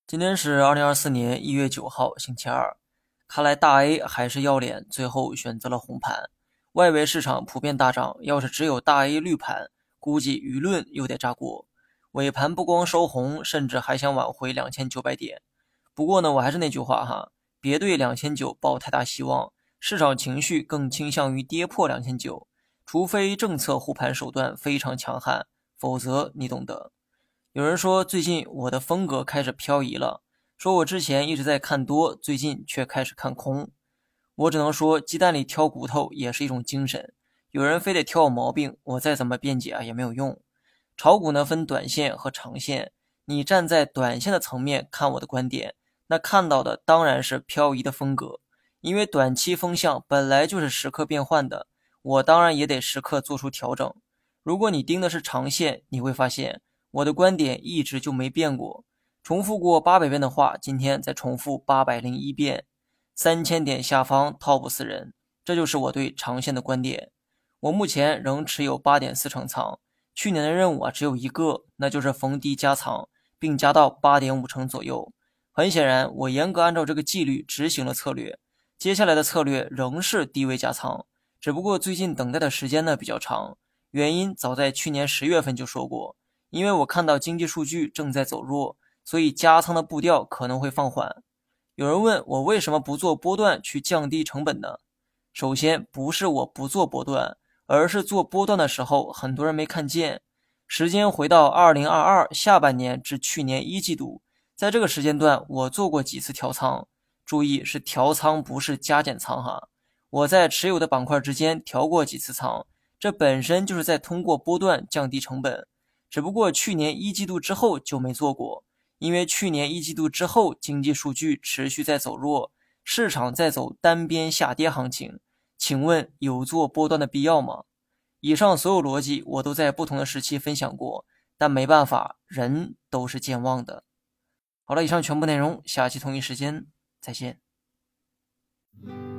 今天是2024年1月9号，星期二。看来大 A 还是要脸，最后选择了红盘。外围市场普遍大涨，要是只有大 A 绿盘，估计舆论又得炸锅。尾盘不光收红，甚至还想挽回2900点。不过呢，我还是那句话哈，别对2900抱太大希望，市场情绪更倾向于跌破2900，除非政策护盘手段非常强悍，否则你懂得。有人说最近我的风格开始漂移了，说我之前一直在看多，最近却开始看空。我只能说鸡蛋里挑骨头也是一种精神，有人非得挑我毛病，我再怎么辩解也没有用。炒股呢分短线和长线，你站在短线的层面看我的观点，那看到的当然是漂移的风格，因为短期风向本来就是时刻变换的，我当然也得时刻做出调整。如果你盯的是长线，你会发现我的观点一直就没变过，重复过800遍的话，今天再重复801遍。3000点下方套不死人，这就是我对长线的观点。我目前仍持有8.4成仓，去年的任务只有一个，那就是逢低加仓，并加到8.5成左右。很显然，我严格按照这个纪律执行了策略，接下来的策略仍是低位加仓，只不过最近等待的时间呢比较长，原因早在去年10月份就说过。因为我看到经济数据正在走弱，所以加仓的步调可能会放缓。有人问我为什么不做波段去降低成本呢？首先不是我不做波段，而是做波段的时候很多人没看见。时间回到2022下半年至去年1季度，在这个时间段我做过几次调仓，注意是调仓不是加减仓哈。我在持有的板块之间调过几次仓，这本身就是在通过波段降低成本。只不过去年1季度之后就没做过，因为去年1季度之后经济数据持续在走弱，市场在走单边下跌行情，请问有做波段的必要吗？以上所有逻辑我都在不同的时期分享过，但没办法，人都是健忘的。好了，以上全部内容，下期同一时间再见。